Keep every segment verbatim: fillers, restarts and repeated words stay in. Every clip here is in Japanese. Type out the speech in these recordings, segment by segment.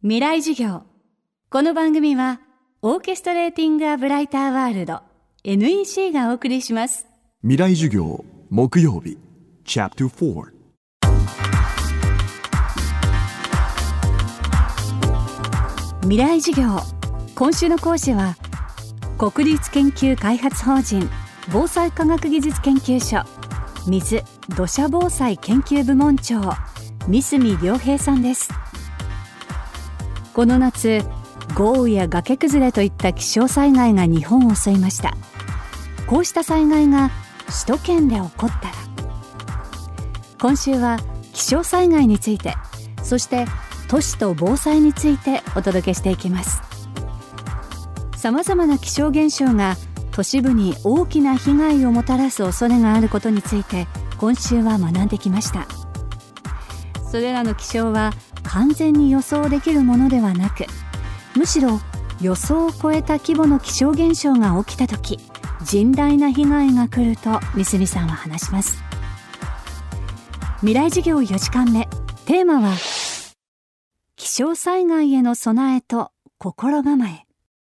未来授業。この番組はオーケストレーティング・ア・ブライター・ワールド エヌイーシー がお送りします。 未来授業木曜日チャプターよん。 未来授業。今週の講師は国立研究開発法人防災科学技術研究所水・土砂防災研究部門長三角良平さんです。この夏、豪雨や崖崩れといった気象災害が日本を襲いました。こうした災害が首都圏で起こったら、今週は気象災害について、そして都市と防災についてお届けしていきます。さまざまな気象現象が都市部に大きな被害をもたらす恐れがあることについて、今週は学んできました。それらの気象は完全に予想できるものではなく、むしろ予想を超えた規模の気象現象が起きたとき、甚大な被害が来ると三角さんは話します。未来授業よじかんめ、テーマは気象災害への備えと心構え。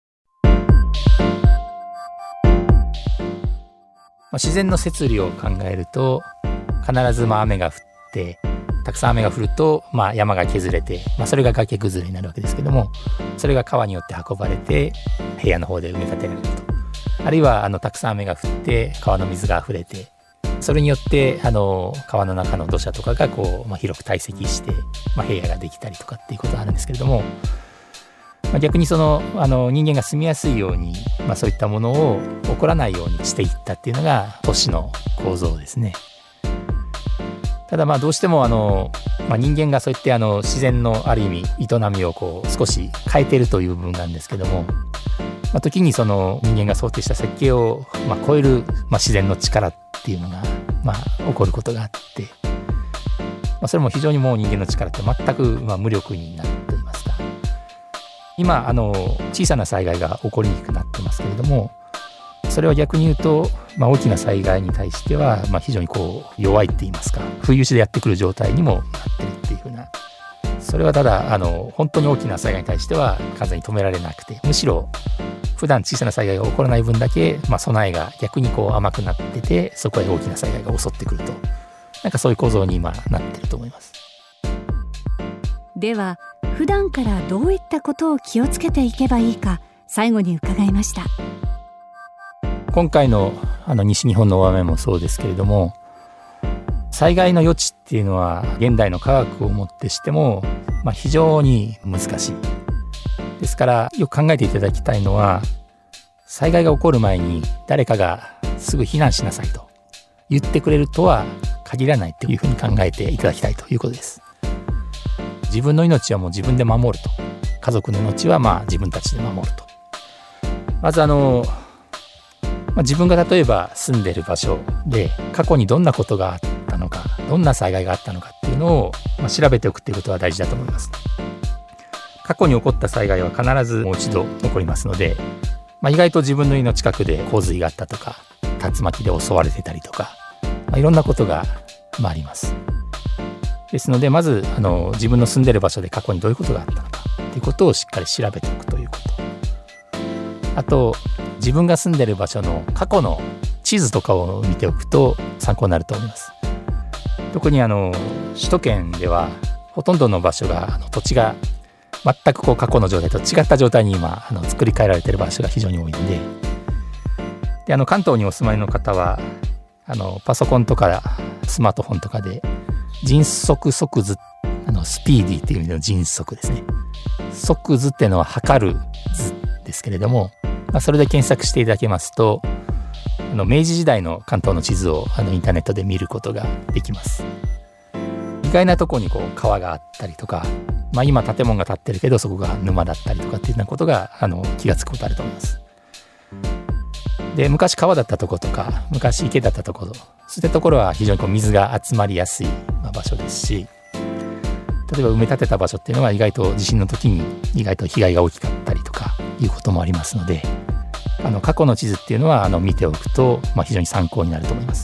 自然の摂理を考えると、必ずまあ雨が降ってたくさん雨が降ると、まあ、山が削れて、まあ、それが崖崩れになるわけですけども、それが川によって運ばれて平野の方で埋め立てられると。あるいはあのたくさん雨が降って川の水があふれて、それによってあの川の中の土砂とかがこう、まあ、広く堆積して、まあ、平野ができたりとかっていうことがあるんですけれども、まあ、逆にそのあの人間が住みやすいように、まあ、そういったものを起こらないようにしていったっていうのが都市の構造ですね。ただまあどうしてもあの、まあ、人間がそういってあの自然のある意味営みをこう少し変えているという部分なんですけども、まあ、時にその人間が想定した設計をまあ超える、まあ、自然の力っていうのがまあ起こることがあって、まあ、それも非常にもう人間の力って全くまあ無力になっていますが、今あの小さな災害が起こりにくくなってますけれども、それは逆に言うと、まあ、大きな災害に対しては、まあ、非常にこう弱いって言いますか、不意打ちでやってくる状態にもなってるっていうふうな、それはただあの本当に大きな災害に対しては完全に止められなくて、むしろ普段小さな災害が起こらない分だけ、まあ、備えが逆にこう甘くなってて、そこへ大きな災害が襲ってくると、なんかそういう構造に今なってると思います。 では普段からどういったことを気をつけていけばいいか、最後に伺いました。 今回のあの西日本の大雨もそうですけれども、災害の予知っていうのは現代の科学をもってしても、まあ、非常に難しいですから、よく考えていただきたいのは、災害が起こる前に誰かがすぐ避難しなさいと言ってくれるとは限らないというふうに考えていただきたいということです。自分の命はもう自分で守ると、家族の命はまあ自分たちで守ると。まずあのまあ、自分が例えば住んでいる場所で過去にどんなことがあったのか、どんな災害があったのかっていうのを、まあ、調べておくっていうことは大事だと思います。過去に起こった災害は必ずもう一度起こりますので、まあ、意外と自分の家の近くで洪水があったとか、竜巻で襲われてたりとか、まあ、いろんなことが、まあ、あります。ですので、まずあの自分の住んでいる場所で過去にどういうことがあったのかっていうことをしっかり調べておくということ。あと、自分が住んでいる場所の過去の地図とかを見ておくと参考になると思います。特にあの首都圏ではほとんどの場所があの土地が全くこう過去の状態と違った状態に今あの作り変えられている場所が非常に多いので、であの関東にお住まいの方はあのパソコンとかスマートフォンとかで迅速速図、あのスピーディーっていう意味の迅速ですね。速図っていうのは測る図ですけれども、まあ、それで検索していただけますと、あの明治時代の関東の地図をあのインターネットで見ることができます。意外なところにこう川があったりとか、まあ、今建物が建ってるけどそこが沼だったりとかっていうようなことがあの気がつくことあると思います。で、昔川だったところとか昔池だったところ、そういったところは非常にこう水が集まりやすい場所ですし、例えば埋め立てた場所っていうのは意外と地震の時に意外と被害が大きかったりとかいうこともありますので、あの過去の地図っていうのはあの見ておくと、まあ、非常に参考になると思います。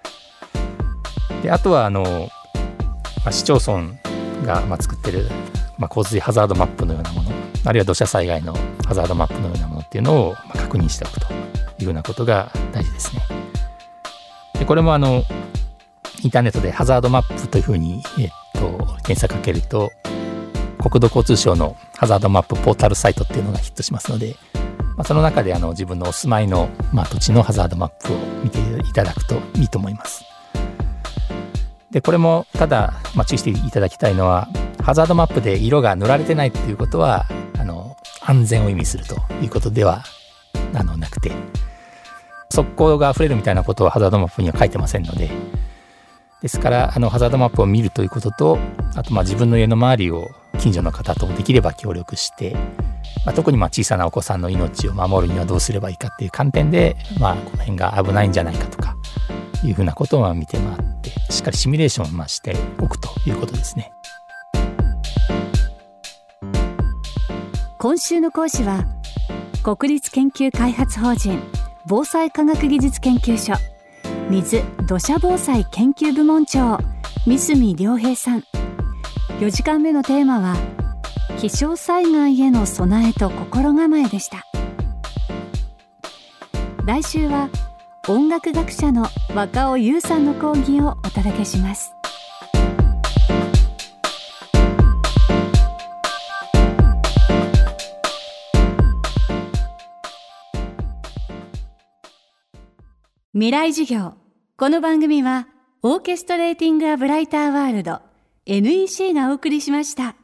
で、あとはあの、まあ、市町村がまあ作ってるまあ、洪水ハザードマップのようなもの、あるいは土砂災害のハザードマップのようなものっていうのをまあ確認しておくというようなことが大事ですね。でこれもあのインターネットでハザードマップというふうに、えっと、検索かけると国土交通省のハザードマップポータルサイトっていうのがヒットしますので、まあ、その中であの自分のお住まいの、まあ、土地のハザードマップを見ていただくといいと思います。でこれもただ、まあ、注意していただきたいのは、ハザードマップで色が塗られてないっていうことはあの安全を意味するということではあのなくて、側溝が溢れるみたいなことはハザードマップには書いてませんので、ですからあのハザードマップを見るということと、あとまあ自分の家の周りを近所の方とできれば協力して、まあ、特にまあ小さなお子さんの命を守るにはどうすればいいかっていう観点で、まあ、この辺が危ないんじゃないかとかいうふうなことをまあ見て回って、しっかりシミュレーションをまあしておくということですね。 今週の講師は国立研究開発法人防災科学技術研究所水・土砂防災研究部門長三角良平さん。よじかんめのテーマは気象災害への備えと心構えでした。来週は音楽学者の若尾優さんの講義をお届けします。未来授業。この番組はオーケストレーティング・ア・ブライター・ワールド エヌイーシー がお送りしました。